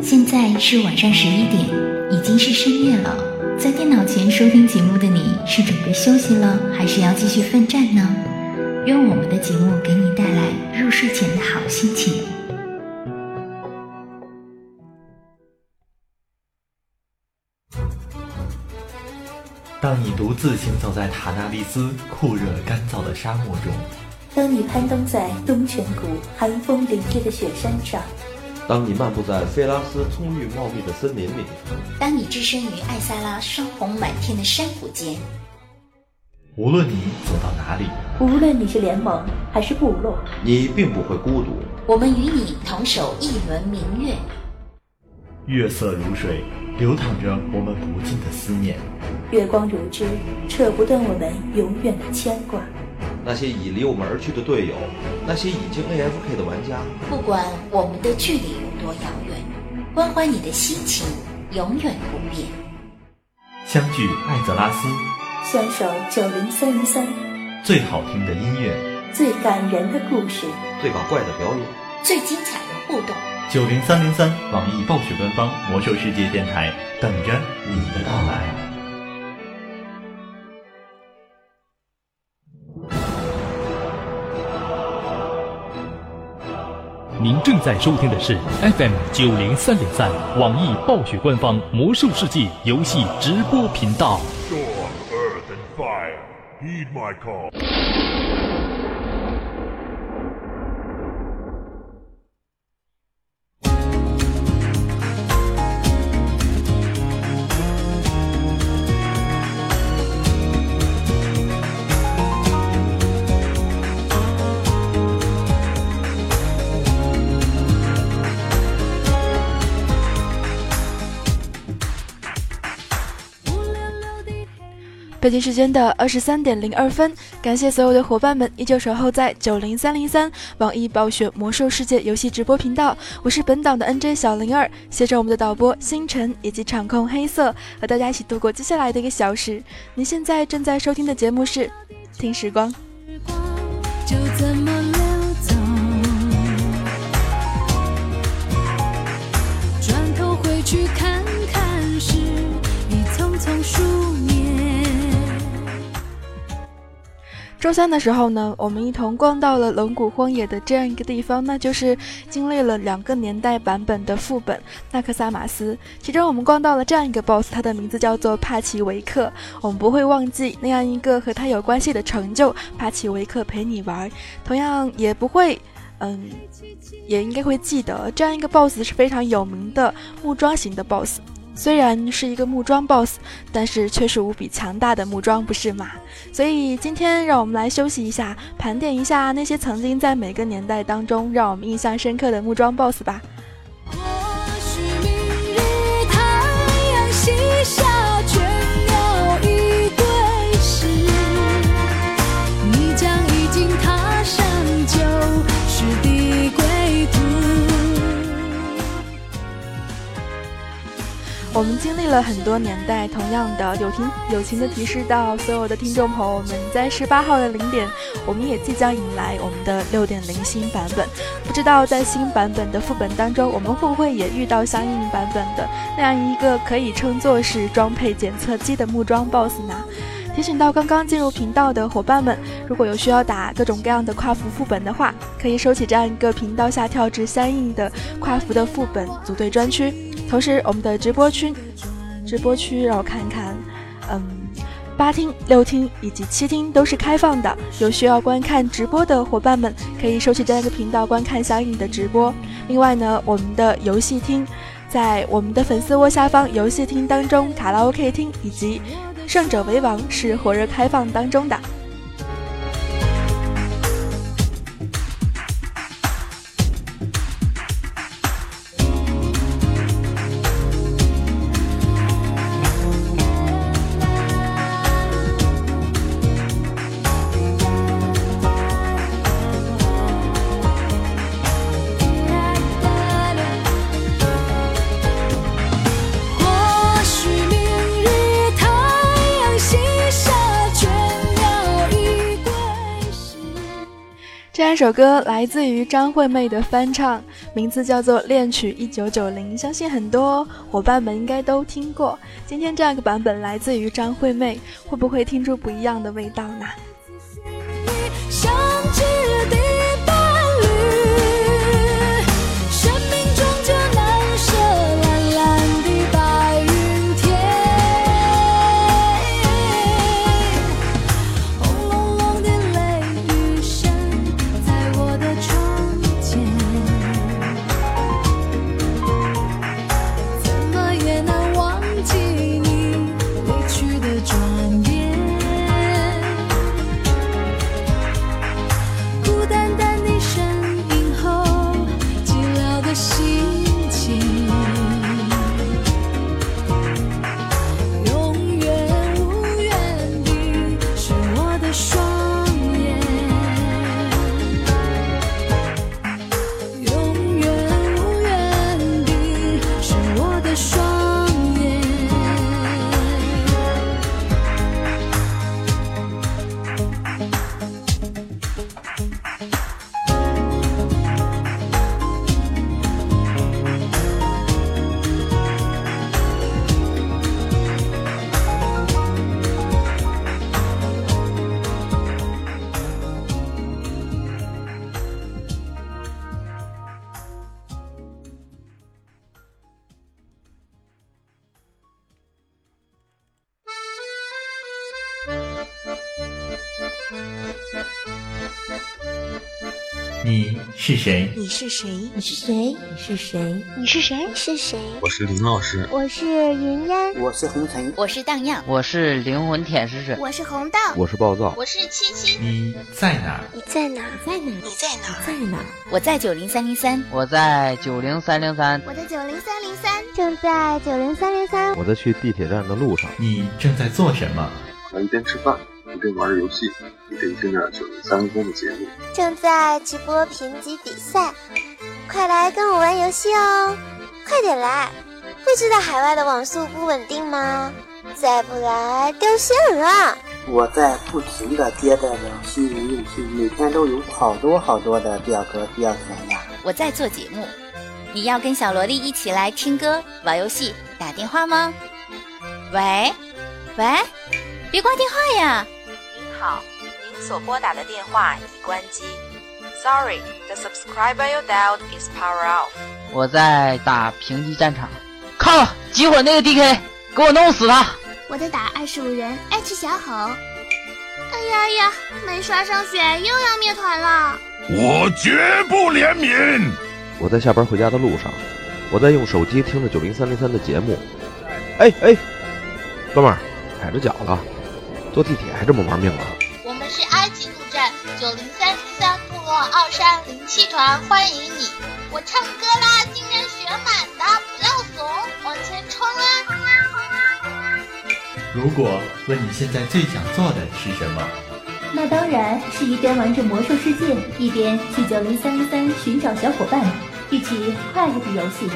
现在是晚上11点，已经是深夜了。在电脑前收听节目的你，是准备休息了，还是要继续奋战呢？愿我们的节目给你带来入睡前的好心情。 当你独自行走在塔纳利斯酷热干燥的沙漠中， 当你攀登在东泉谷寒风凛冽的雪山上， 当你漫步在菲拉斯葱郁茂密的森林里， 当你置身于艾萨拉霜红满天的山谷间， 无论你走到哪里， 无论你是联盟还是部落， 你并不会孤独。 我们与你同守一轮明月。 月色如水，流淌着我们不尽的思念。 月光如织，扯不断我们永远的牵挂。 那些已离我们而去的队友，那些已经 AFK 的玩家， 不管我们的距离有多遥远，关怀你的心情永远不变。 相聚艾泽拉斯， 相守90303， 最好听的音乐， 最感人的故事， 最搞怪的表演， 最精彩的互动。 90303网易暴雪官方魔兽世界电台，等着你的到来。 您正在收听的是 FM90303 网易暴雪官方魔兽世界游戏直播频道。 Storm, earth and fire, heed my call. 北京时间的23点02分，感谢所有的伙伴们依旧守候在90303网易暴雪魔兽世界游戏直播频道。我是本档的 NJ 小02，携手我们的导播星辰以及场控黑色，和大家一起度过接下来的1个小时。您现在正在收听的节目是听时光， 就这么流走，转头回去看看，是一丛丛树叶。 周三的时候呢，我们一同逛到了龙谷荒野的这样一个地方，那就是经历了2个年代版本的副本纳克萨马斯。其中我们逛到了这样一个 BOSS， 他的名字叫做帕奇维克。我们不会忘记那样一个和他有关系的成就，帕奇维克陪你玩。同样也不会也应该会记得这样一个 BOSS 是非常有名的木桩型的 BOSS。虽然是一个木桩 BOSS， 但是却是无比强大的木桩，不是吗？所以今天让我们来休息一下，盘点一下那些曾经在每个年代当中让我们印象深刻的木桩 BOSS 吧。 或许明日太阳西下，倦鸟已归时，你将已经踏上旧时的归途。 我们经历了很多年代，同样的友情的提示到所有的听众朋友们，在18号的0点，我们也即将迎来我们的6.0新版本。不知道在新版本的副本当中，我们会不会也遇到相应版本的那样一个可以称作是装配检测机的木桩 BOSS 呢？提醒到刚刚进入频道的伙伴们，如果有需要打各种各样的跨服副本的话，可以收起这样一个频道下跳至相应的跨服的副本组队专区。同时我们的直播区让我看看8厅、6厅以及7厅都是开放的，有需要观看直播的伙伴们可以收起这样一个频道观看相应的直播。另外呢，我们的游戏厅在我们的粉丝窝下方游戏厅当中，卡拉 OK 厅以及胜者为王是火热开放当中的。 或许明日太阳西下，倦鸟这样一首歌来自于张惠妹的翻唱，名字叫做《恋曲1990》，相信很多伙伴们应该都听过。今天这样一个版本来自于张惠妹，会不会听出不一样的味道呢？ 相知的伴侣，生命中就难舍蓝蓝的白云天，轰隆隆的雷雨声在我的窗前，怎么也难忘记你离去的转变。 你是谁？ 你是谁？ 你是谁？你是谁？ 你是谁？ 你是谁？ 我是林老师， 我是云烟， 我是红尘， 我是荡漾， 我是灵魂舔食者， 我是红豆， 我是暴躁， 我是七七。 你在哪？ 你在哪？ 你在哪？ 你在哪？ 在哪？ 我在90303， 我在90303， 我在90303， 正在90303。 我在去地铁站的路上。 你正在做什么？ 我一边吃饭，一边玩游戏，一边听着90303的节目。 正在直播评级比赛，快来跟我玩游戏哦！快点来！会知道海外的网速不稳定吗？再不来掉线了。 我在不停地接待着新人用户，每天都有好多的表格需要填呀。 我在做节目，你要跟小萝莉一起来听歌、玩游戏、打电话吗？喂，别挂电话呀！ 您好，您所拨打的电话已关机。Sorry, the subscriber you dialed is power off. 我在打平级战场，靠！集火那个 DK， 给我弄死他！ 我在打25人 H 小吼。哎呀，没刷上血又要灭团了。 我绝不怜悯。 我在下班回家的路上，我在用手机听着90303的节目。哥们儿，踩着脚了，坐地铁还这么玩命啊！ 我们是埃及路站90303部落奥山07团，欢迎你！我唱歌啦，竟然学满的，不要怂，往前冲啊！ 如果问你现在最想做的是什么， 那当然是一边玩着魔兽世界，一边去90303寻找小伙伴，一起快乐的游戏。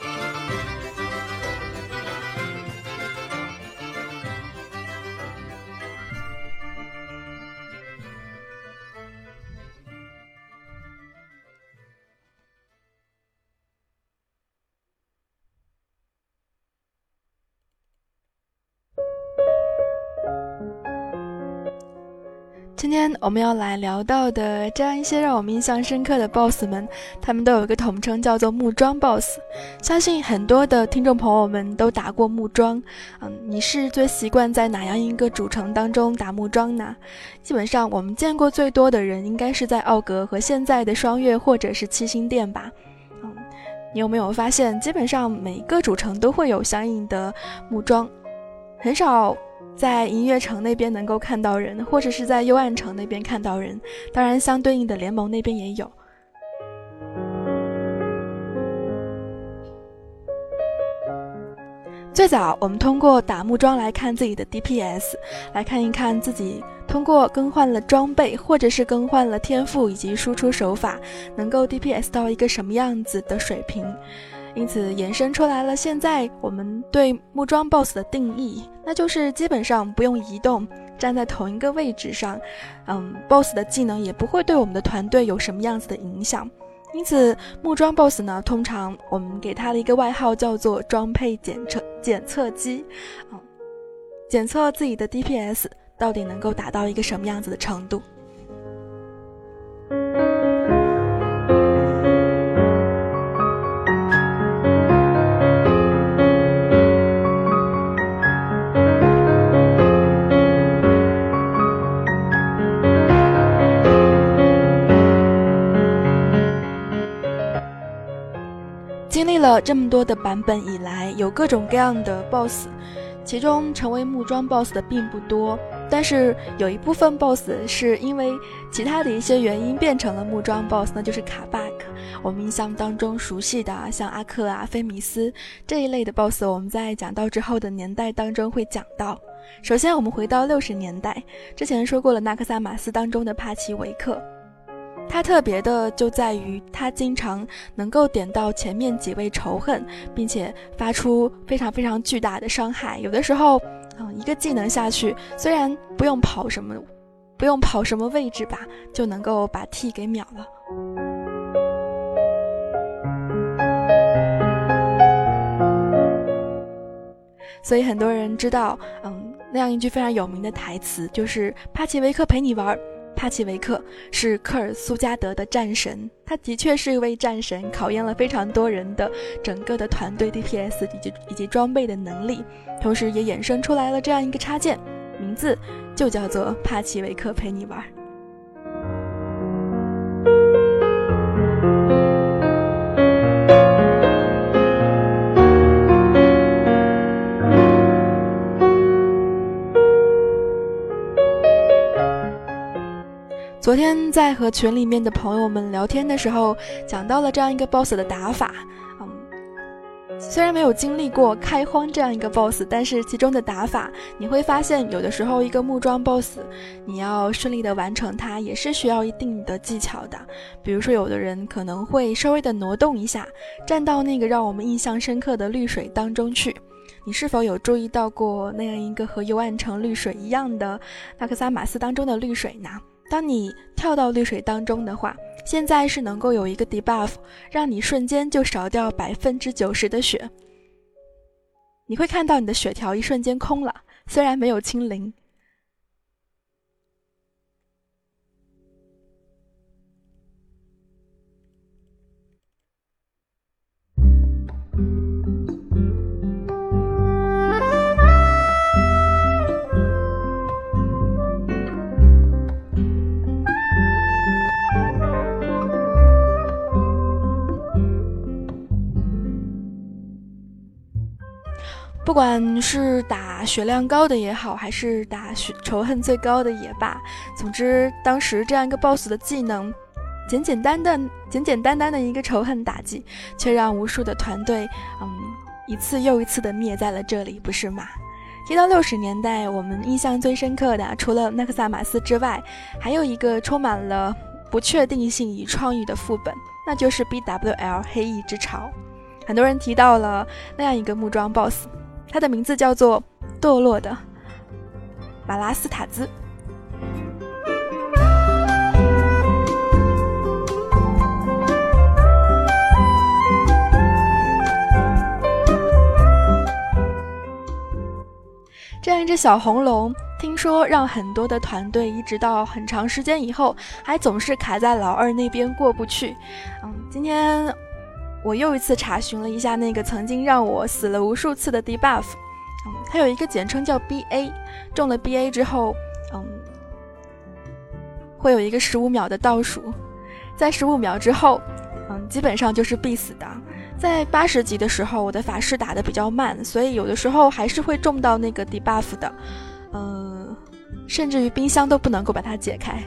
今天我们要来聊到的这样一些让我们印象深刻的 BOSS 们，他们都有一个统称叫做木桩 BOSS。 相信很多的听众朋友们都打过木桩，你是最习惯在哪样一个主城当中打木桩呢？基本上我们见过最多的人应该是在奥格和现在的双月或者是七星殿吧。你有没有发现基本上每个主城都会有相应的木桩，很少在银月城那边能够看到人，或者是在幽暗城那边看到人，当然相对应的联盟那边也有。最早我们通过打木桩来看自己的 DPS， 来看一看自己通过更换了装备或者是更换了天赋以及输出手法能够 DPS 到一个什么样子的水平，因此延伸出来了现在我们对木桩 BOSS 的定义，那就是基本上不用移动站在同一个位置上，BOSS 的技能也不会对我们的团队有什么样子的影响。因此木桩 BOSS 呢，通常我们给他的一个外号叫做装配检测机，检测自己的 DPS 到底能够达到一个什么样子的程度。经历了这么多的版本以来，有各种各样的 BOSS， 其中成为木桩 BOSS 的并不多，但是有一部分 BOSS 是因为其他的一些原因变成了木桩 BOSS， 那就是卡 bug。我们印象当中熟悉的像阿克啊、菲米斯这一类的 BOSS， 我们在讲到之后的年代当中会讲到。首先我们回到60年代，之前说过了纳克萨马斯当中的帕奇维克，他特别的就在于他经常能够点到前面几位仇恨，并且发出非常非常巨大的伤害。有的时候一个技能下去，虽然不用跑什么位置吧，就能够把 T 给秒了。所以很多人知道那样一句非常有名的台词，就是帕奇维克陪你玩。帕奇维克是科尔苏加德的战神，他的确是一位战神，考验了非常多人的整个的团队 DPS 以及装备的能力，同时也衍生出来了这样一个插件，名字就叫做帕奇维克陪你玩。昨天在和群里面的朋友们聊天的时候，讲到了这样一个 BOSS 的打法。虽然没有经历过开荒这样一个 BOSS， 但是其中的打法你会发现，有的时候一个木桩 BOSS 你要顺利的完成它也是需要一定的技巧的。比如说有的人可能会稍微的挪动一下，站到那个让我们印象深刻的绿水当中去。你是否有注意到过那样一个和幽暗城绿水一样的纳克萨马斯当中的绿水呢？当你跳到绿水当中的话，现在是能够有一个 debuff， 让你瞬间就少掉 90% 的血。你会看到你的血条一瞬间空了，虽然没有清零。不管是打血量高的也好，还是打仇恨最高的也罢，总之当时这样一个 BOSS 的技能简简单单的一个仇恨打击，却让无数的团队一次又一次的灭在了这里，不是吗？提到60年代，我们印象最深刻的除了纳克萨马斯之外，还有一个充满了不确定性与创意的副本，那就是 BWL 黑翼之潮。很多人提到了那样一个木桩 BOSS，他的名字叫做堕落的马拉斯塔兹。这样一只小红龙，听说让很多的团队一直到很长时间以后，还总是卡在老二那边过不去。今天我又一次查询了一下那个曾经让我死了无数次的 debuff，它有一个简称叫 BA， 中了 BA 之后，会有一个15秒的倒数，在15秒之后，基本上就是必死的。在80级的时候，我的法师打得比较慢，所以有的时候还是会中到那个 debuff 的，甚至于冰箱都不能够把它解开。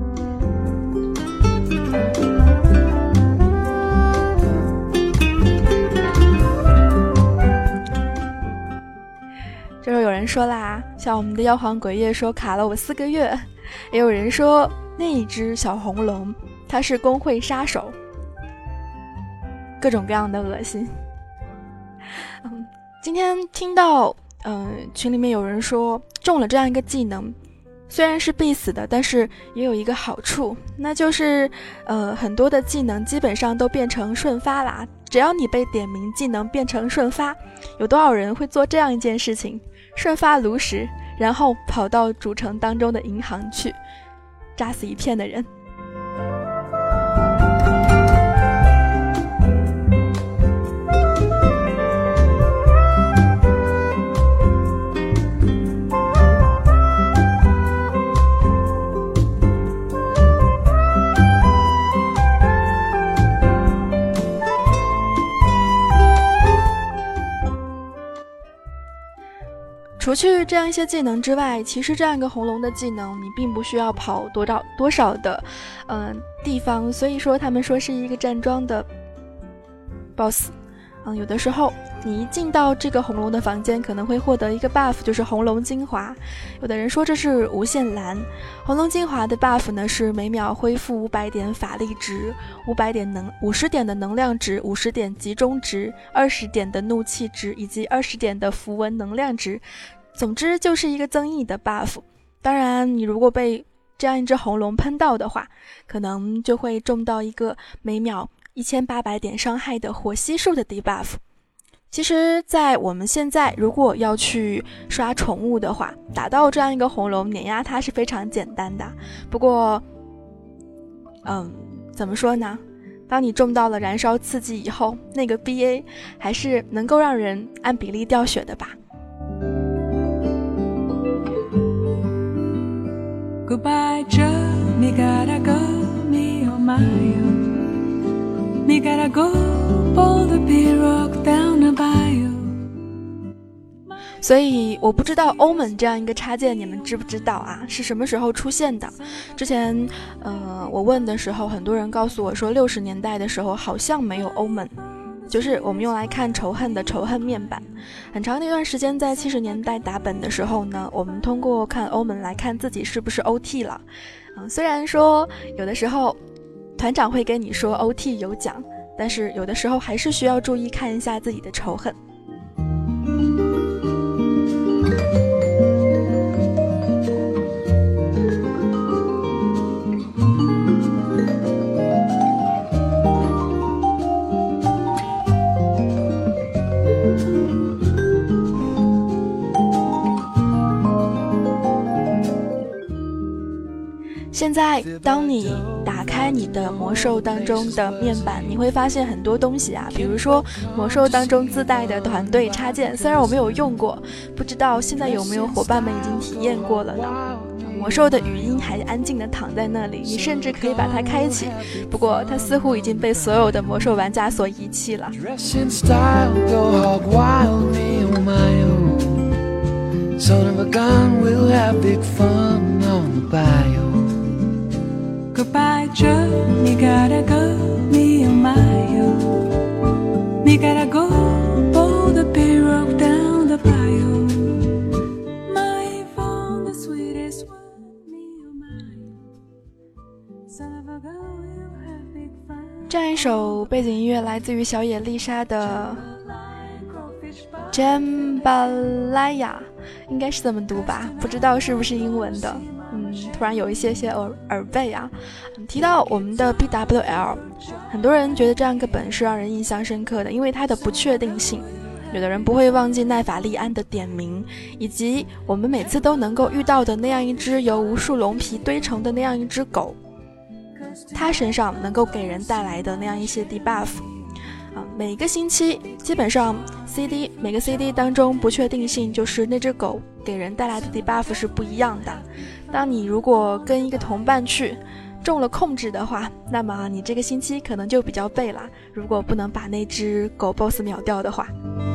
这时候有人说啦，像我们的妖皇鬼月说卡了我4个月，也有人说那一只小红龙它是工会杀手，各种各样的恶心。今天听到群里面有人说中了这样一个技能， 虽然是必死的，但是也有一个好处，那就是很多的技能基本上都变成瞬发啦。只要你被点名技能变成瞬发，有多少人会做这样一件事情，瞬发炉石，然后跑到主城当中的银行去炸死一片的人。除去这样一些技能之外，其实这样一个红龙的技能你并不需要跑多少的地方，所以说他们说是一个站桩的 boss。有的时候你一进到这个红龙的房间，可能会获得一个 buff， 就是红龙精华。有的人说这是无限蓝。红龙精华的 buff 呢是每秒恢复500点法力值，50点的能量值，50点集中值，20点的怒气值，以及20点的符文能量值。总之就是一个增益的 buff。 当然你如果被这样一只红龙喷到的话，可能就会中到一个每秒1800点伤害的火吸术的 debuff。 其实在我们现在如果要去刷宠物的话，打到这样一个红龙碾压它是非常简单的。不过怎么说呢，当你中到了燃烧刺激以后，那个 BA 还是能够让人按比例掉血的吧。 Goodbye, Joe, me gotta go, me oh my oh. Me gotta go, pull the pirogue down the bayou. 所以我不知道欧门这样一个插件你们知不知道啊？是什么时候出现的？之前我问的时候，很多人告诉我说60年代的时候好像没有欧门，就是我们用来看仇恨的仇恨面板。很长的一段时间在70年代打本的时候呢，我们通过看欧门来看自己是不是 OT 了。虽然说有的时候团长会跟你说 OT 有奖，但是有的时候还是需要注意看一下自己的仇恨。现在当你打开你的魔兽当中的面板，你会发现很多东西啊，比如说魔兽当中自带的团队插件，虽然我没有用过，不知道现在有没有伙伴们已经体验过了呢。魔兽的语音还安静地躺在那里，你甚至可以把它开启，不过它似乎已经被所有的魔兽玩家所遗弃了。 Goodbye, Joe, me gotta go, me oh my oh. Me gotta go, pull the pirogue down the bayou. My phone, the sweetest one, me oh my oh. Son of a girl, we'll have big fun. 这样一首背景音乐来自于小野丽莎的 Jambalaya， 应该是这么读吧，不知道是不是英文的。突然有一些耳背啊。提到我们的 BWL， 很多人觉得这样一个本是让人印象深刻的，因为它的不确定性。有的人不会忘记奈法利安的点名，以及我们每次都能够遇到的那样一只由无数龙皮堆成的那样一只狗，它身上能够给人带来的那样一些 debuff。每个星期基本上每个 CD 当中不确定性就是那只狗给人带来的 debuff 是不一样的。当你如果跟一个同伴去中了控制的话，那么你这个星期可能就比较背了，如果不能把那只狗 boss 秒掉的话。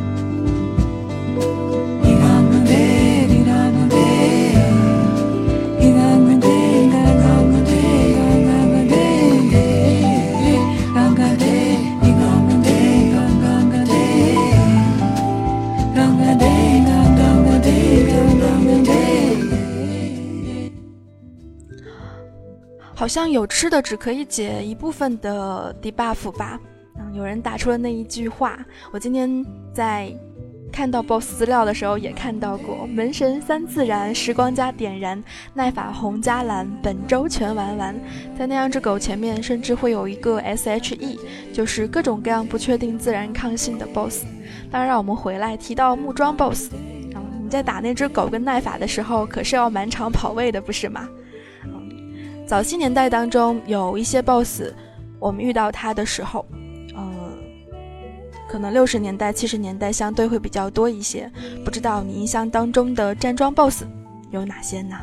好像有吃的只可以解一部分的 debuff 吧。有人打出了那一句话，我今天在看到 BOSS 资料的时候也看到过，门神三自然，时光加点燃，耐法红加蓝，本周全玩完。在那样只狗前面甚至会有一个 SHE， 就是各种各样不确定自然抗性的 BOSS。 当然让我们回来提到木桩 BOSS， 你在打那只狗跟耐法的时候可是要满场跑位的，不是吗？早期年代当中有一些 BOSS， 我们遇到它的时候可能60年代70年代相对会比较多一些，不知道你印象当中的站桩 BOSS 有哪些呢？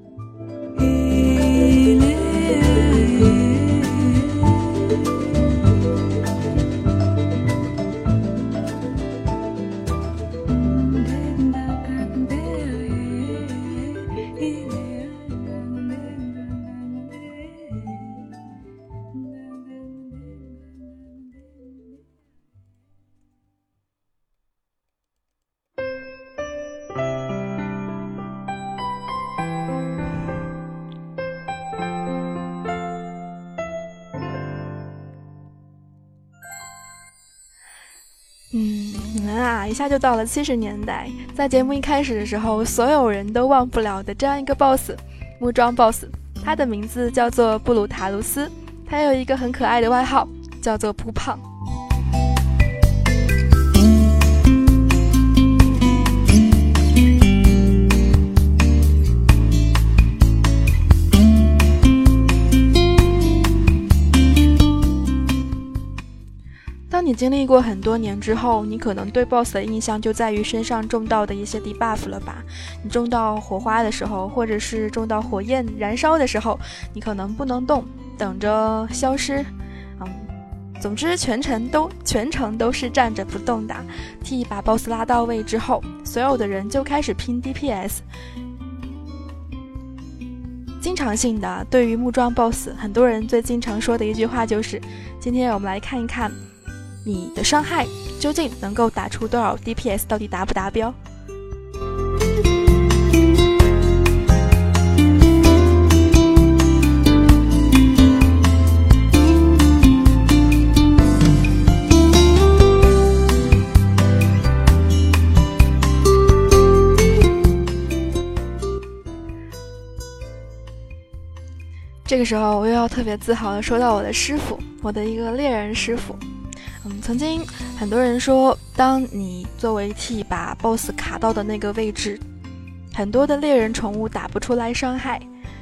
你们啊，一下就到了70年代，在节目一开始的时候，所有人都忘不了的这样一个 BOSS， 木桩 BOSS， 他的名字叫做布鲁塔卢斯，他有一个很可爱的外号，叫做扑胖。当你经历过很多年之后，你可能对 BOSS 的印象就在于身上中到的一些 debuff 了吧？你中到火花的时候，或者是中到火焰燃烧的时候，你可能不能动，等着消失。总之全程都是站着不动的。T 把 BOSS 拉到位之后，所有的人就开始拼 DPS。经常性的，对于木桩 BOSS， 很多人最经常说的一句话就是：今天我们来看一看你的伤害究竟能够打出多少 DPS， 到底达不达标？这个时候我又要特别自豪的说到我的师傅，我的一个猎人师傅。曾经很多人说，当你作为 T 把 BOSS 卡到的那个位置，很多的猎人宠物打不出来伤害。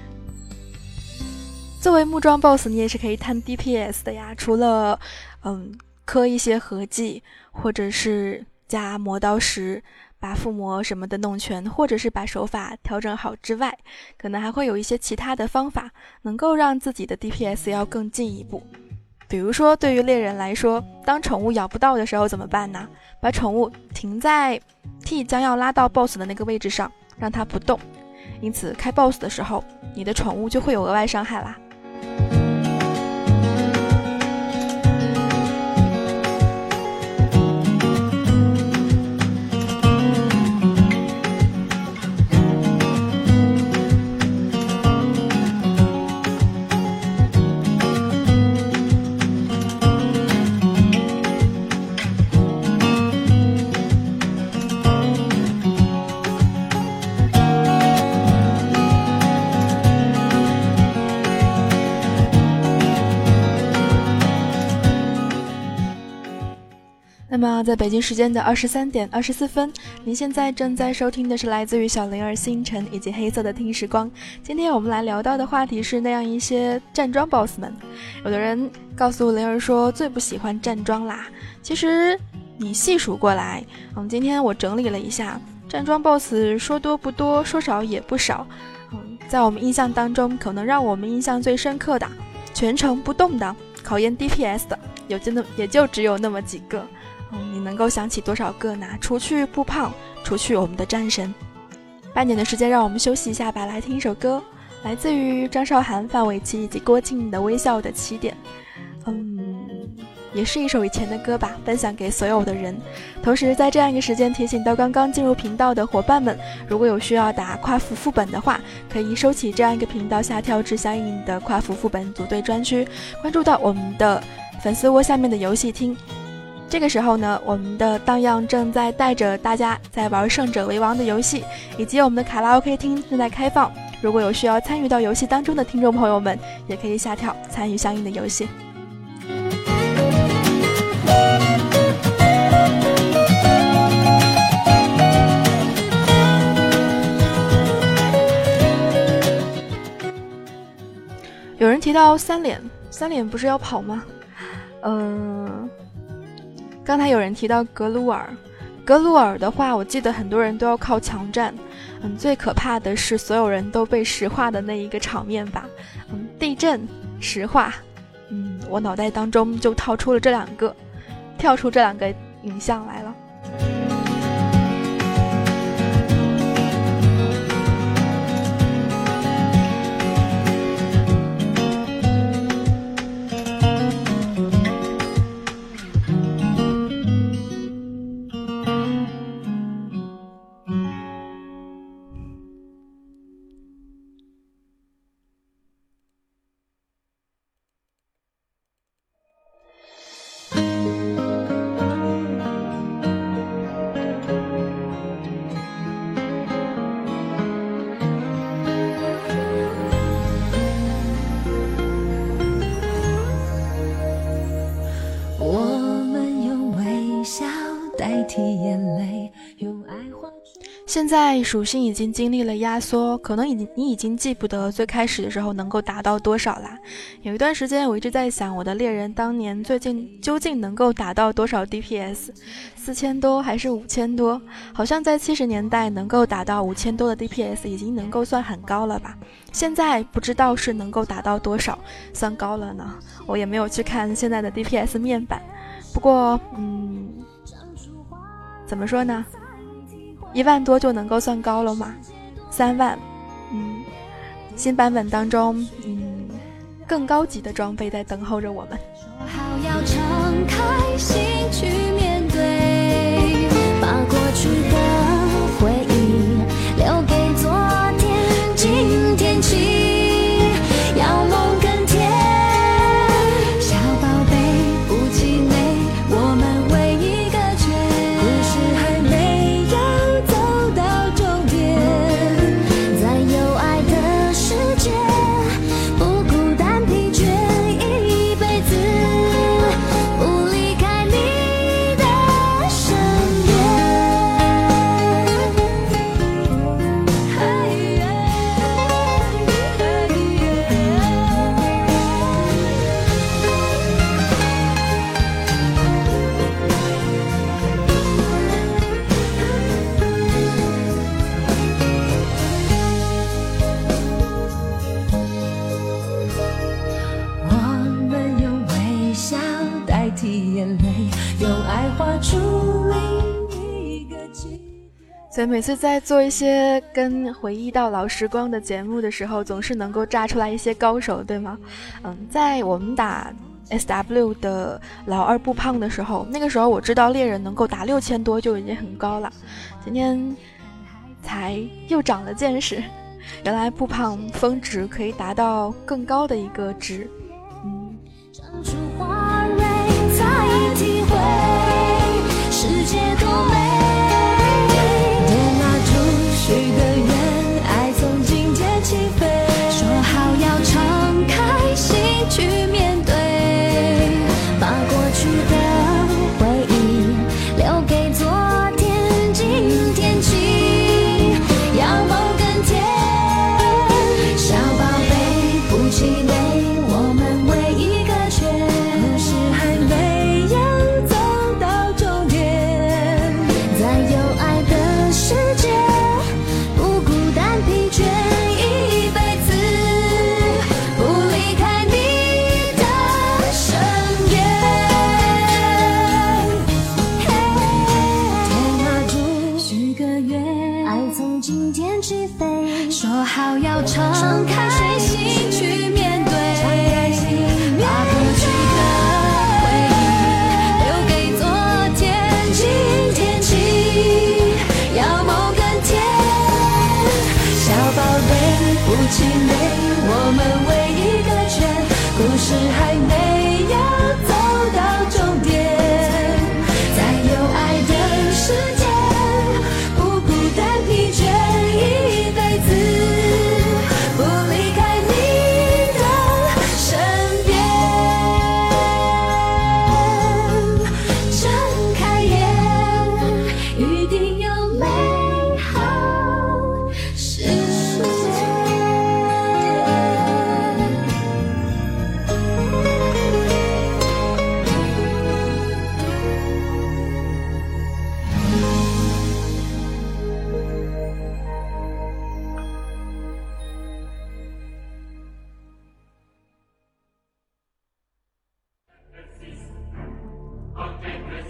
作为木桩 BOSS， 你也是可以探 DPS 的呀，除了磕一些合技，或者是加磨刀石，把附魔什么的弄全，或者是把手法调整好之外，可能还会有一些其他的方法能够让自己的 DPS 要更进一步。比如说对于猎人来说，当宠物咬不到的时候怎么办呢？把宠物停在 T 将要拉到 BOSS 的那个位置上，让它不动，因此开 BOSS 的时候，你的宠物就会有额外伤害啦。那么在北京时间的23点24分，您现在正在收听的是来自于小灵儿星辰以及黑色的听时光。今天我们来聊到的话题是那样一些站桩 BOSS 们。有的人告诉灵儿说最不喜欢站桩啦，其实你细数过来，今天我整理了一下，站桩 BOSS 说多不多，说少也不少。在我们印象当中，可能让我们印象最深刻的，全程不动的，考验 DPS 的，也就只有那么几个。你能够想起多少个呢？除去布胖，除去我们的战神。半点的时间让我们休息一下吧，来听一首歌，来自于张韶涵、范玮琪以及郭靖的《微笑的起点》。也是一首以前的歌吧，分享给所有的人。同时在这样一个时间提醒到刚刚进入频道的伙伴们，如果有需要打跨服副本的话，可以收起这样一个频道下跳至相应的跨服副本组队专区，关注到我们的粉丝窝下面的游戏厅， 这个时候呢，我们的荡漾正在带着大家在玩胜者为王的游戏，以及我们的卡拉 OK 厅正在开放。如果有需要参与到游戏当中的听众朋友们，也可以下跳参与相应的游戏。有人提到三连不是要跑吗？刚才有人提到格鲁尔的话，我记得很多人都要靠强战。最可怕的是所有人都被石化的那一个场面吧。地震、石化，我脑袋当中就跳出这两个影像来了。现在属性已经经历了压缩，可能你已经记不得最开始的时候能够达到多少啦。有一段时间我一直在想，我的猎人当年究竟能够达到多少 DPS， 4000多还是5000多？好像在70年代能够达到5000多的 DPS 已经能够算很高了吧。现在不知道是能够达到多少算高了呢？我也没有去看现在的 DPS 面板。不过怎么说呢，1万多就能够算高了吗？3万，新版本当中，更高级的装备在等候着我们。 说好要敞开心去面对，把过去的回忆留给昨天，今天起要梦更甜。小宝贝不气馁，我们为一个圈，故事还没有走到终点，在有爱的世界不孤单疲倦，一辈子不离开你的身我们用微笑代替眼泪，用爱画出另一个季。 所以每次在做一些跟回忆到老时光的节目的时候，总是能够炸出来一些高手，对吗？在我们打 SW 的老二步胖的时候，那个时候我知道猎人能够打6000多就已经很高了。今天才又长了见识，原来步胖峰值可以达到更高的一个值。 长出花蕊，才体会世界多美。点蜡烛，许个愿，爱从今天起飞。说好要敞开心去面对，把过去的回忆留给昨天，今天起要梦更甜。小宝贝不气馁，我们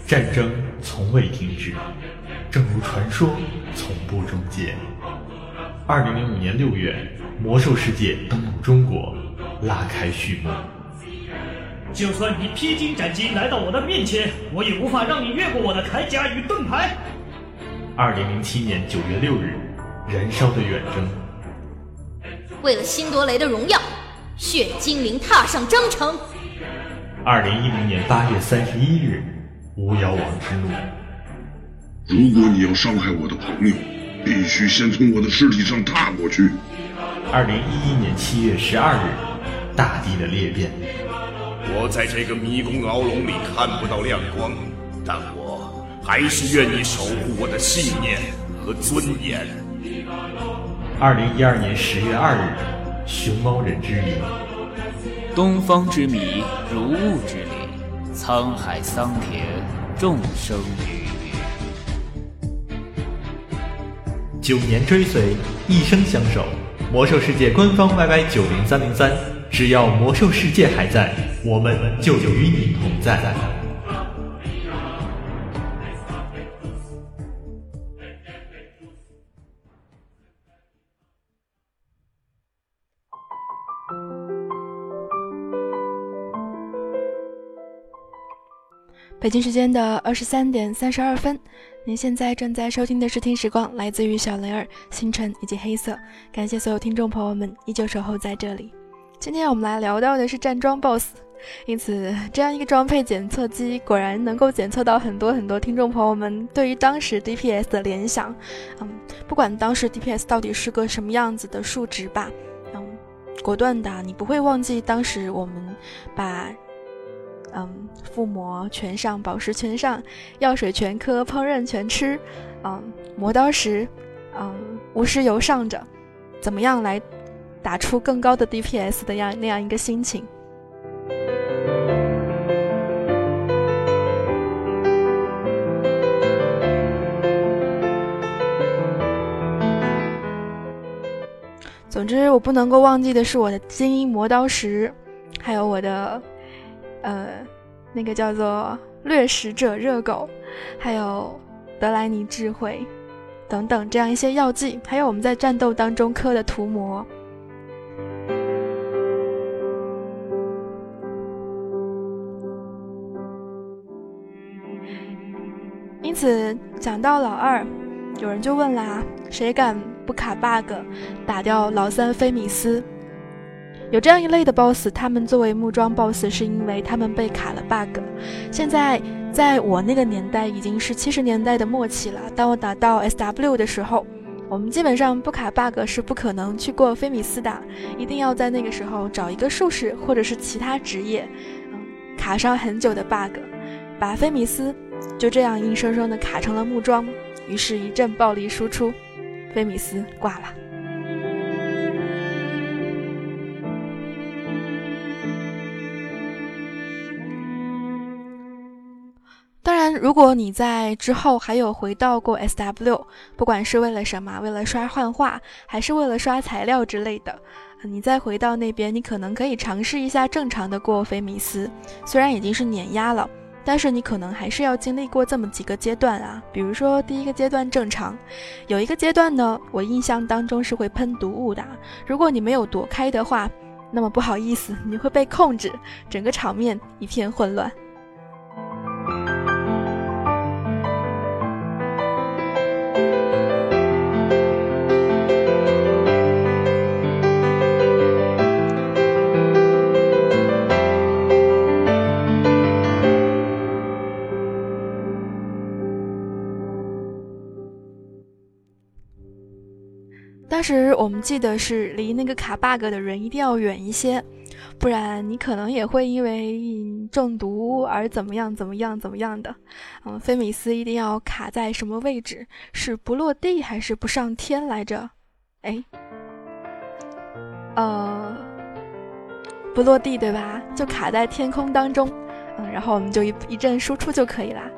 战争从未停止，正如传说从不终结。2005年6月，魔兽世界登陆中国，拉开序幕。 就算你披荆斩棘来到我的面前，我也无法让你越过我的铠甲与盾牌。 2007年9月6日，燃烧的远征。 为了辛多雷的荣耀，血精灵踏上征程。 2010年8月31日，巫妖王之怒。 如果你要伤害我的朋友，必须先从我的尸体上踏过去。 2011年7月12日，大地的裂变。 我在这个迷宫牢笼里看不到亮光，但我还是愿意守护我的信念和尊严。 2012年10月2日，熊猫人之谜。 东方之谜，如雾之里，沧海桑田，众生鱼 9年追随，一生相守。魔兽世界官方 YY90303，只要魔兽世界还在，我们就与你同在。 北京时间的23点32分，您现在正在收听的是听时光，来自于小雷儿、星辰以及黑色。感谢所有听众朋友们依旧守候在这里。今天我们来聊到的是站桩 BOSS， 因此这样一个装配检测机果然能够检测到很多听众朋友们对于当时 DPS 的联想。不管当时 DPS 到底是个什么样子的数值吧，果断的你不会忘记当时我们把附魔全上，宝石全上，药水全磕，烹饪全吃，磨刀石，巫师油上着，怎么样来打出更高的 DPS 的那样一个心情。总之我不能够忘记的是我的精英磨刀石，还有我的那个叫做掠食者热狗，还有德莱尼智慧等等这样一些药剂，还有我们在战斗当中磕的涂魔。因此讲到老二，有人就问啦，谁敢不卡 bug 打掉老三菲米斯？有这样一类的 BOSS， 他们作为木桩 BOSS 是因为他们被卡了 bug。 现在在我那个年代已经是70年代的末期了，当我打到 SW 的时候，我们基本上不卡 bug 是不可能去过菲米斯的，一定要在那个时候找一个术士或者是其他职业卡上很久的 bug， 把菲米斯就这样硬生生的卡成了木桩，于是一阵暴力输出，菲米斯挂了。当然如果你在之后还有回到过 SW， 不管是为了什么，为了刷幻化还是为了刷材料之类的，你再回到那边，你可能可以尝试一下正常的过菲米斯，虽然已经是碾压了，但是你可能还是要经历过这么几个阶段啊。比如说第一个阶段正常，有一个阶段呢，我印象当中是会喷毒雾的，如果你没有躲开的话，那么不好意思，你会被控制，整个场面一片混乱。当时我们记得是离那个卡 bug 的人一定要远一些，不然你可能也会因为中毒而怎么样的。菲米斯一定要卡在什么位置？是不落地还是不上天来着？不落地对吧？就卡在天空当中，然后我们就一阵输出就可以啦。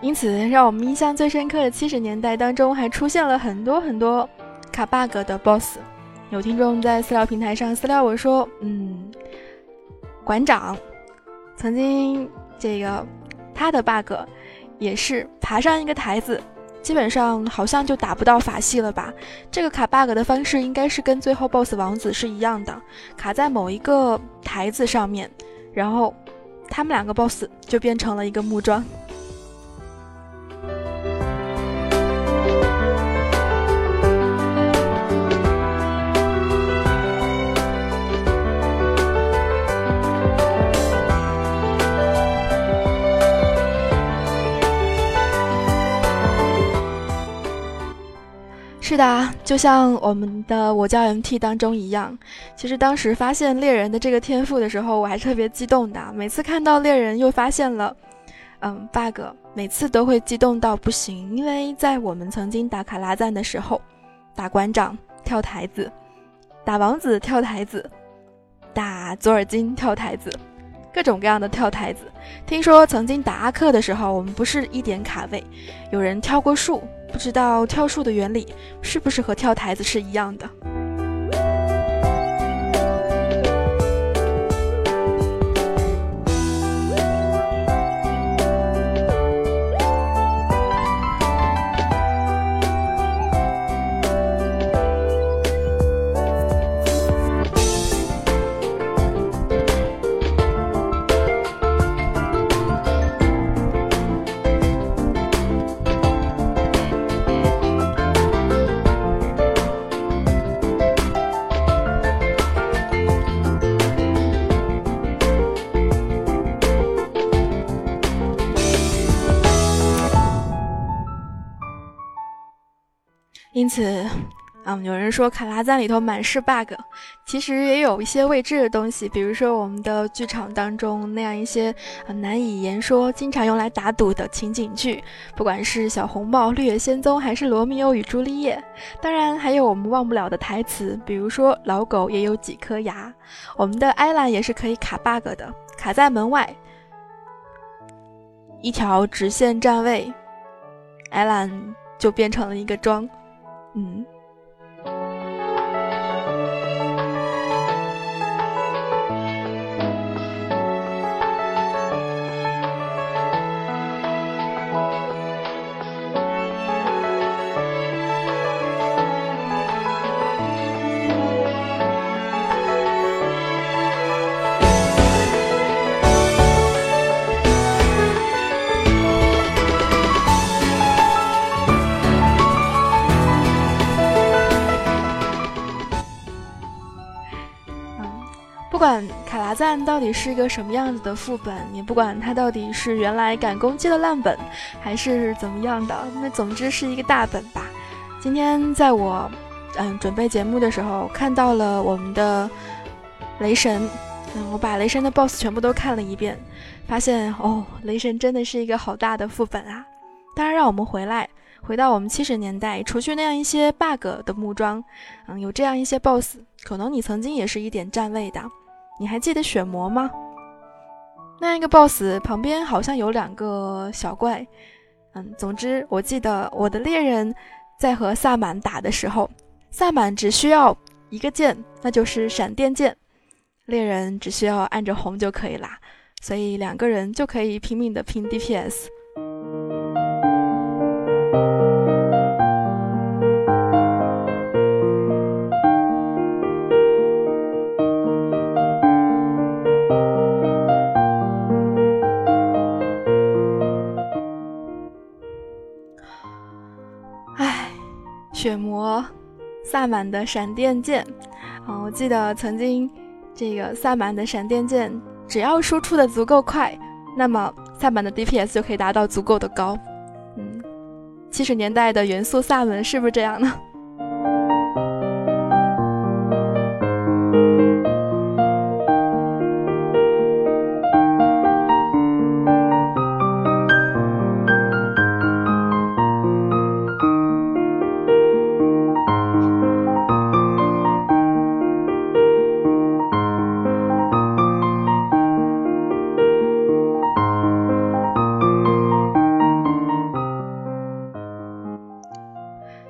因此让我们印象最深刻的70年代当中还出现了很多很多卡 bug 的 boss。 有听众在私聊平台上私聊我说，馆长曾经这个他的 bug 也是爬上一个台子，基本上好像就打不到法系了吧。这个卡 bug 的方式应该是跟最后 boss 王子是一样的，卡在某一个台子上面，然后他们2个 boss 就变成了一个木桩。是的，就像我们的我叫 MT 当中一样，其实当时发现猎人的这个天赋的时候，我还特别激动的。每次看到猎人又发现了bug， 每次都会激动到不行。因为在我们曾经打卡拉赞的时候，打馆长跳台子，打王子跳台子，打左耳金跳台子，各种各样的跳台子。听说曾经打阿克的时候，我们不是1点卡位，有人跳过树，不知道跳树的原理是不是和跳台子是一样的。因此有人说卡拉赞里头满是 bug， 其实也有一些未知的东西，比如说我们的剧场当中那样一些难以言说经常用来打赌的情景剧，不管是小红帽、绿野仙踪还是罗密欧与朱丽叶，当然还有我们忘不了的台词，比如说老狗也有几颗牙。我们的艾兰也是可以卡 bug 的，卡在门外一条直线站位，艾兰就变成了一个桩。不管卡拉赞到底是一个什么样子的副本，也不管它到底是原来赶攻击的烂本还是怎么样的，那总之是一个大本吧。今天在我准备节目的时候看到了我们的雷神，我把雷神的 BOSS 全部都看了一遍，发现雷神真的是一个好大的副本啊。当然让我们回到我们70年代，除去那样一些 bug 的木桩，有这样一些 BOSS， 可能你曾经也是1点站位的。你还记得血魔吗？那样一个 BOSS 旁边好像有2个小怪。总之我记得我的猎人在和萨满打的时候，萨满只需要一个键，那就是闪电键，猎人只需要按着红就可以啦，所以2个人就可以拼命的拼 DPS。血魔萨满的闪电剑我记得曾经这个萨满的闪电剑只要输出的足够快，那么萨满的 DPS 就可以达到足够的高。70年代的元素萨满是不是这样呢？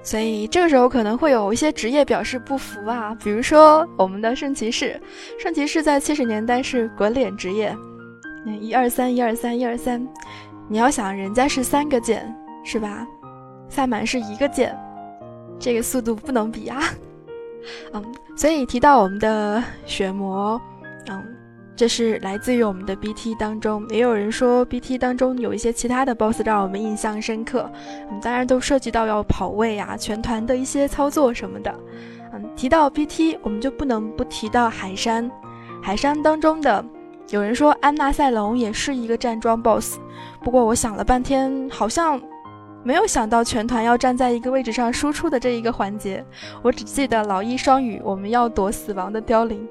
所以这个时候可能会有一些职业表示不服啊，比如说我们的圣骑士在70年代是滚脸职业，123，你要想人家是3个键是吧？萨满是1个键，这个速度不能比啊。所以提到我们的血魔，这是来自于我们的 BT 当中，也有人说 BT 当中有一些其他的 BOSS 让我们印象深刻，当然都涉及到要跑位啊，全团的一些操作什么的。提到 BT 我们就不能不提到海山当中的，有人说安娜赛隆也是一个站桩 BOSS， 不过我想了半天好像没有想到全团要站在一个位置上输出的这一个环节，我只记得老一双语我们要躲死亡的凋零。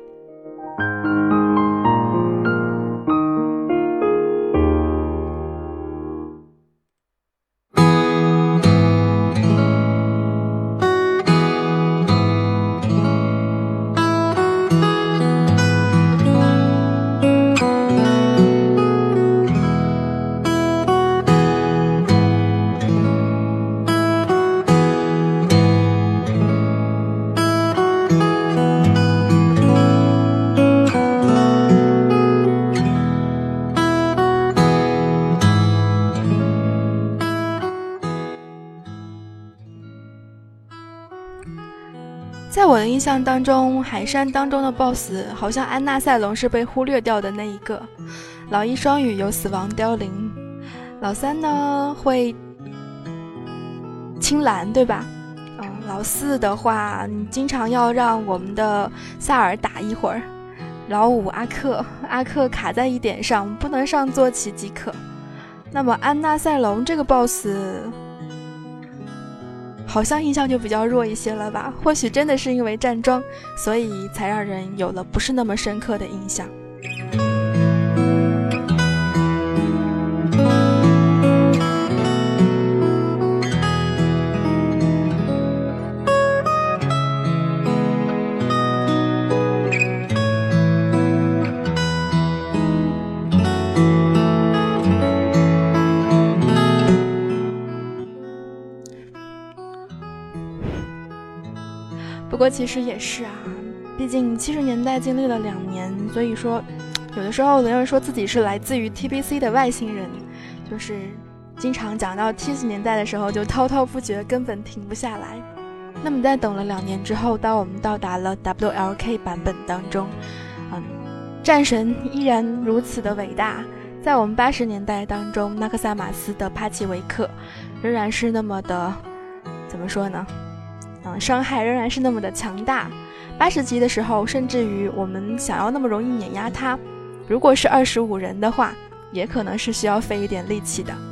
在我的印象当中，海山当中的 BOSS 好像安娜赛隆是被忽略掉的那一个，老一双语有死亡凋零，老三呢会青蓝对吧？老四的话你经常要让我们的萨尔打一会儿，老五阿克卡在一点上，不能上坐骑即可。那么安娜赛隆这个 BOSS好像印象就比较弱一些了吧，或许真的是因为站桩，所以才让人有了不是那么深刻的印象。不过其实也是啊，毕竟70年代经历了2年，所以说有的时候有人说自己是来自于 TBC 的外星人，就是经常讲到70年代的时候就滔滔不绝，根本停不下来。那么在等了2年之后，当我们到达了 WLK 版本当中，战神依然如此的伟大。在我们80年代当中，纳克萨马斯的帕奇维克仍然是那么的怎么说呢，伤害仍然是那么的强大。80级的时候，甚至于我们想要那么容易碾压他，如果是25人的话，也可能是需要费一点力气的。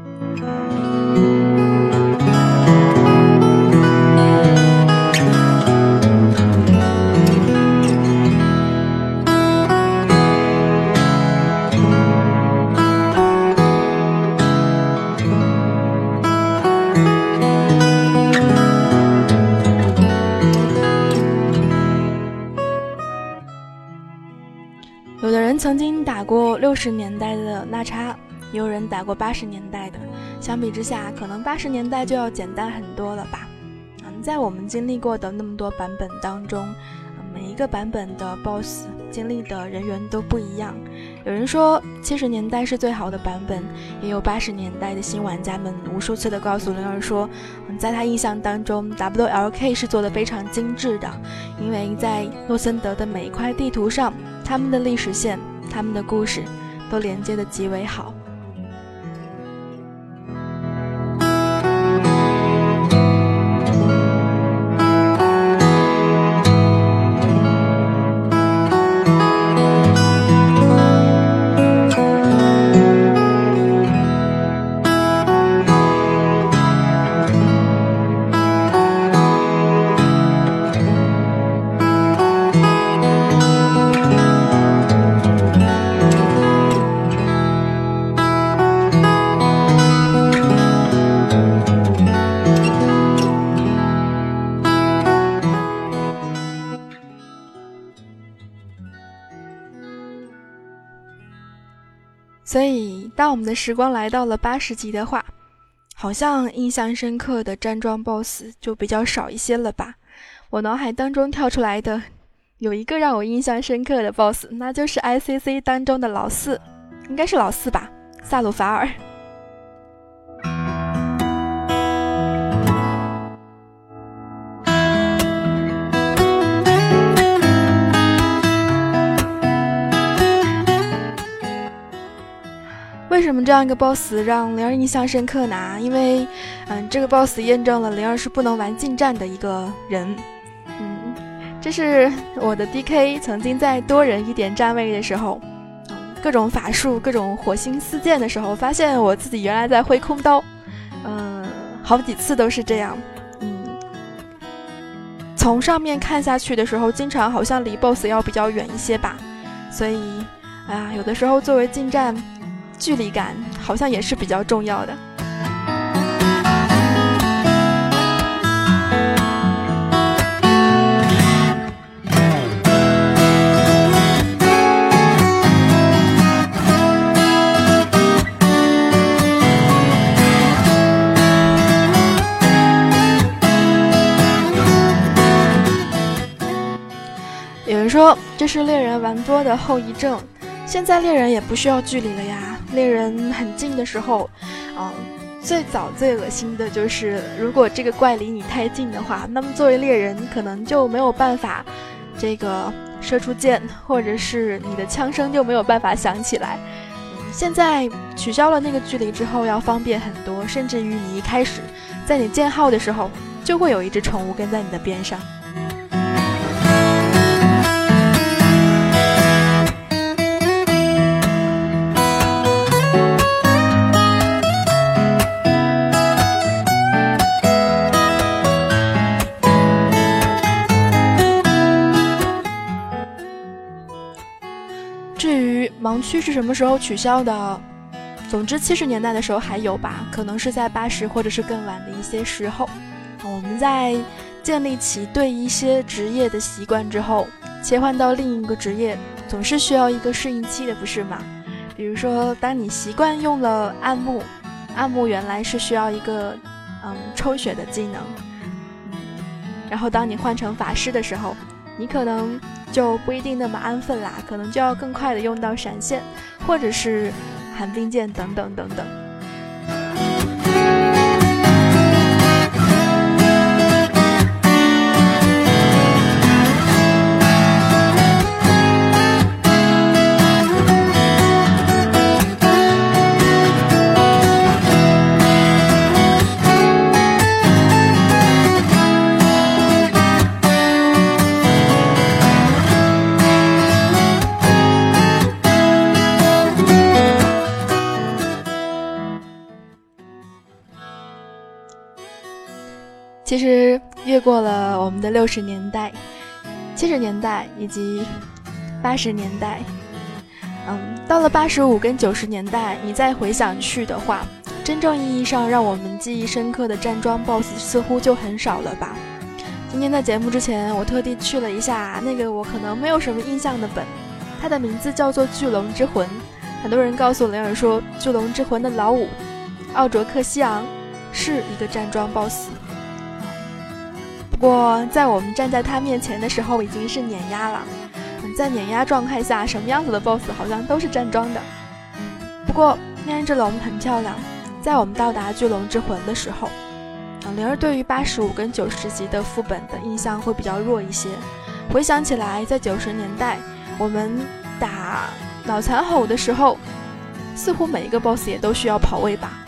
有的人曾经打过60年代的纳叉，也有人打过80年代的，相比之下可能80年代就要简单很多了吧。在我们经历过的那么多版本当中，每一个版本的 BOSS 经历的人员都不一样。有人说70年代是最好的版本，也有80年代的新玩家们无数次的告诉灵儿说，在他印象当中 WLK 是做得非常精致的，因为在诺森德的每一块地图上，他们的历史线，他们的故事都连接得极为好。所以当我们的时光来到了80级的话， 好像印象深刻的站桩 BOSS 就比较少一些了吧。我脑海当中跳出来的有一个让我印象深刻的 BOSS， 那就是 ICC 当中的老四，应该是老四吧，萨鲁法尔。为什么这样一个 boss 让灵儿印象深刻呢？因为这个 boss 验证了灵儿是不能玩近战的一个人。这是我的 DK 曾经在多人1点站位的时候，各种法术各种火星四溅的时候，发现我自己原来在挥空刀，好几次都是这样。从上面看下去的时候，经常好像离 boss 要比较远一些吧，所以有的时候作为近战，距离感好像也是比较重要的。有人说这是猎人玩多的后遗症，现在猎人也不需要距离了呀。猎人很近的时候，最早最恶心的就是如果这个怪离你太近的话，那么作为猎人你可能就没有办法这个射出箭，或者是你的枪声就没有办法响起来。现在取消了那个距离之后要方便很多，甚至于你一开始在你建号的时候就会有一只宠物跟在你的边上。盲区是什么时候取消的？总之70年代的时候还有吧，可能是在80或者是更晚的一些时候。我们在建立起对一些职业的习惯之后，切换到另一个职业总是需要一个适应期的，不是吗？比如说当你习惯用了暗幕，暗幕原来是需要一个抽血的技能，然后当你换成法师的时候，你可能就不一定那么安分啦，可能就要更快的用到闪现或者是寒冰剑等等等等。其实越过了我们的60年代、70年代以及80年代，到了85跟90年代，你再回想去的话，真正意义上让我们记忆深刻的站桩 BOSS 似乎就很少了吧。今天在节目之前，我特地去了一下那个我可能没有什么印象的本，它的名字叫做《巨龙之魂》。很多人告诉灵儿说，《巨龙之魂》的老五奥卓克西昂是一个站桩 BOSS。不过在我们站在他面前的时候已经是碾压了，在碾压状态下什么样子的 BOSS 好像都是站桩的。不过那只龙很漂亮，在我们到达巨龙之魂的时候，灵儿对于85跟90级的副本的印象会比较弱一些。回想起来，在90年代我们打脑残吼的时候，似乎每一个 BOSS 也都需要跑位吧。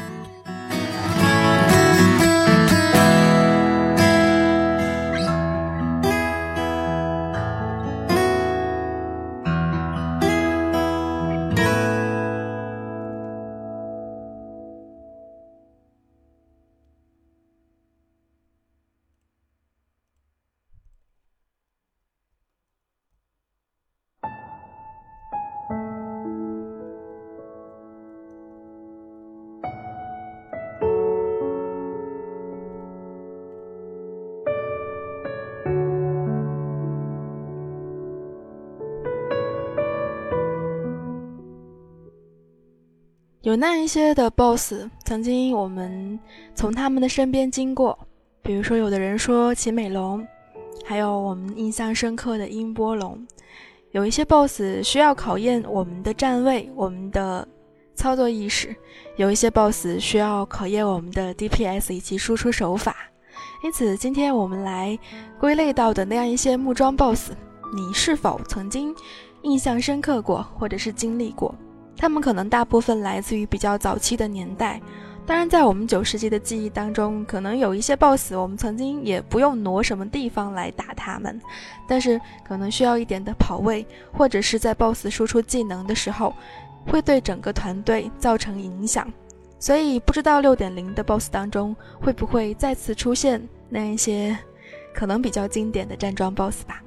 有那一些的 boss 曾经我们从他们的身边经过，比如说有的人说齐美龙，还有我们印象深刻的音波龙。有一些 boss 需要考验我们的站位，我们的操作意识，有一些 boss 需要考验我们的 DPS 以及输出手法。因此今天我们来归类到的那样一些木桩 boss， 你是否曾经印象深刻过或者是经历过？他们可能大部分来自于比较早期的年代，当然在我们9世纪的记忆当中，可能有一些 boss 我们曾经也不用挪什么地方来打他们，但是可能需要一点的跑位，或者是在 boss 输出技能的时候会对整个团队造成影响。所以不知道 6.0 的 boss 当中会不会再次出现那一些可能比较经典的站桩 boss 吧。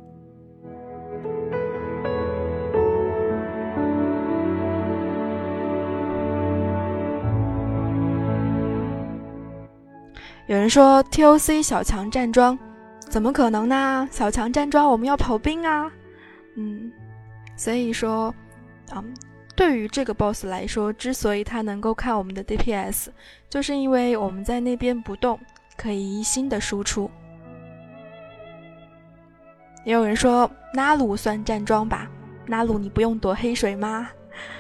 有人说 TOC 小强站桩，怎么可能呢？小强站桩我们要跑兵啊。所以说对于这个 boss 来说，之所以他能够看我们的 DPS， 就是因为我们在那边不动，可以新的输出。也有人说纳鲁算站桩吧，纳鲁你不用躲黑水吗？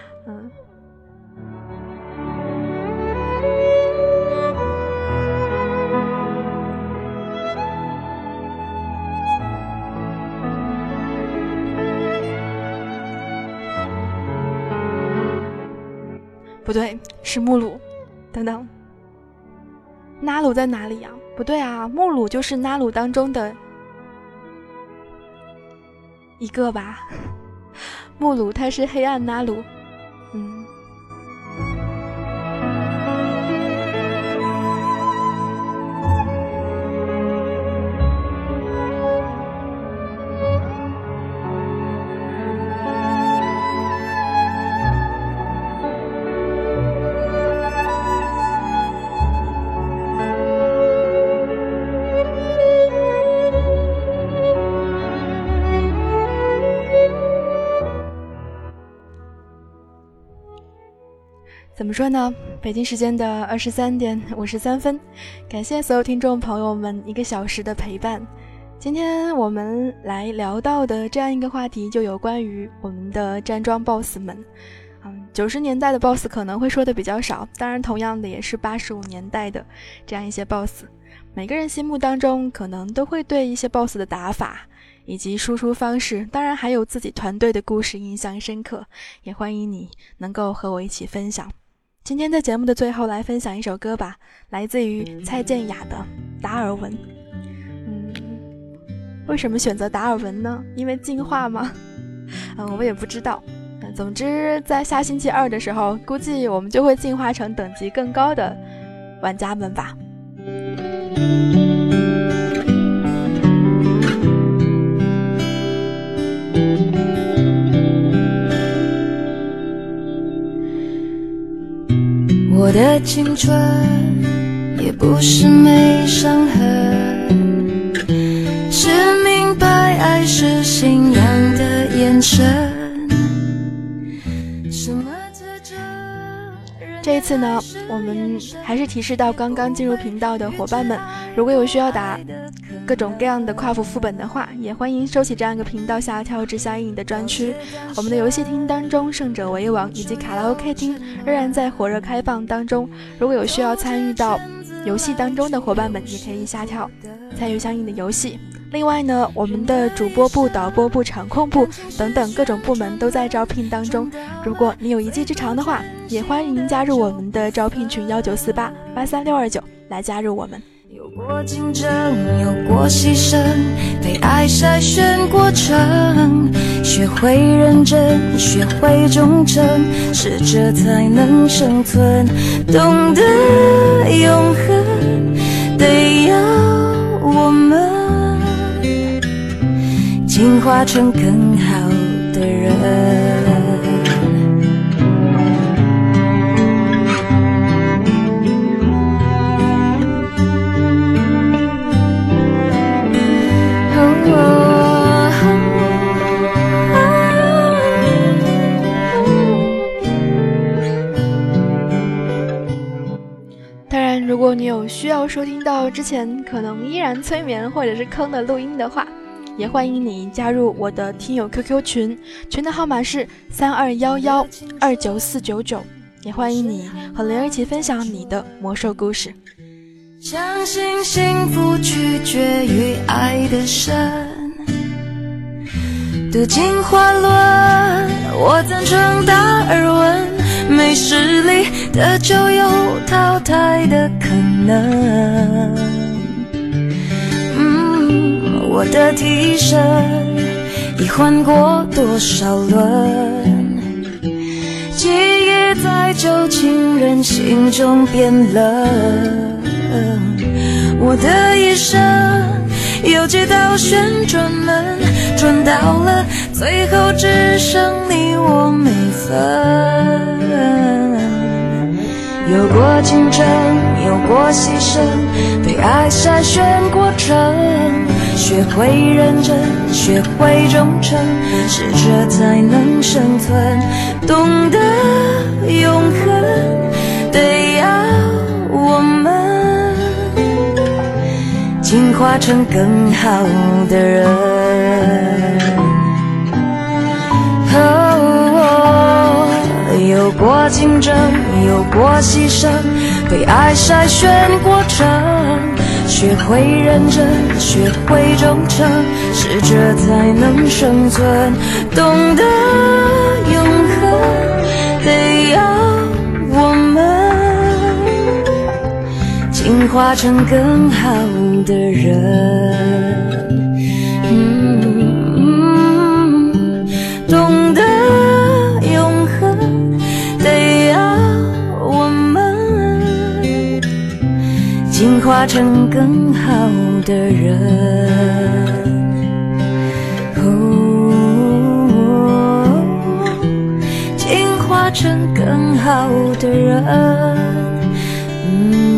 不对，是木鲁。等等，纳鲁在哪里呀？不对啊，木鲁就是纳鲁当中的一个吧。木鲁他是黑暗纳鲁。怎么说呢？北京时间的23点53分，感谢所有听众朋友们1个小时的陪伴。今天我们来聊到的这样一个话题，就有关于我们的站桩 boss 们。90年代的 boss 可能会说的比较少，当然同样的也是85年代的这样一些 boss。每个人心目当中可能都会对一些 boss 的打法以及输出方式，当然还有自己团队的故事印象深刻，也欢迎你能够和我一起分享。今天在节目的最后来分享一首歌吧，来自于蔡健雅的《达尔文》。为什么选择达尔文呢？因为进化吗？我也不知道。总之在下星期2的时候，估计我们就会进化成等级更高的玩家们吧。 我的青春也不是没伤痕，是明白爱是信仰的眼神。 这一次呢，我们还是提示到刚刚进入频道的伙伴们，如果有需要打各种各样的跨服副本的话，也欢迎收起这样一个频道下跳至相应的专区。我们的游戏厅当中，胜者为王以及卡拉 OK 厅仍然在火热开放当中，如果有需要参与到游戏当中的伙伴们，也可以下跳参与相应的游戏。另外呢，我们的主播部、导播部、场控部等等各种部门都在招聘当中，如果你有一技之长的话，也欢迎加入我们的招聘群1948-83629来加入我们。 有过竞争，有过牺牲，被爱筛选过程，学会认真，学会忠诚，适者才能生存，懂得永恒得要我们进化成更好的人。 果你有需要收听到之前可能依然催眠或者是坑的录音的话，也欢迎你加入我的听友 QQ 群，群的号码是3211-29499，也欢迎你和灵儿一起分享你的魔兽故事。 相信幸福取决于爱的深，读进花轮，我赞成达尔文，没实力的就有淘汰的可能。我的替身已换过多少轮，记忆在旧情人心中变冷。我的一生有几道旋转门，转到了最后只剩你我没分。有过竞争，有过牺牲，被爱筛选过程，学会认真，学会忠诚，适者才能生存。懂得永恒，得要我们进化成更好的人。有过竞争，有过牺牲，被爱筛选过程，学会认真，学会忠诚，适者才能生存。懂得永恒，得要我们进化成更好的人。懂得永恒，得要我们进化成更好的人。进化成更好的人。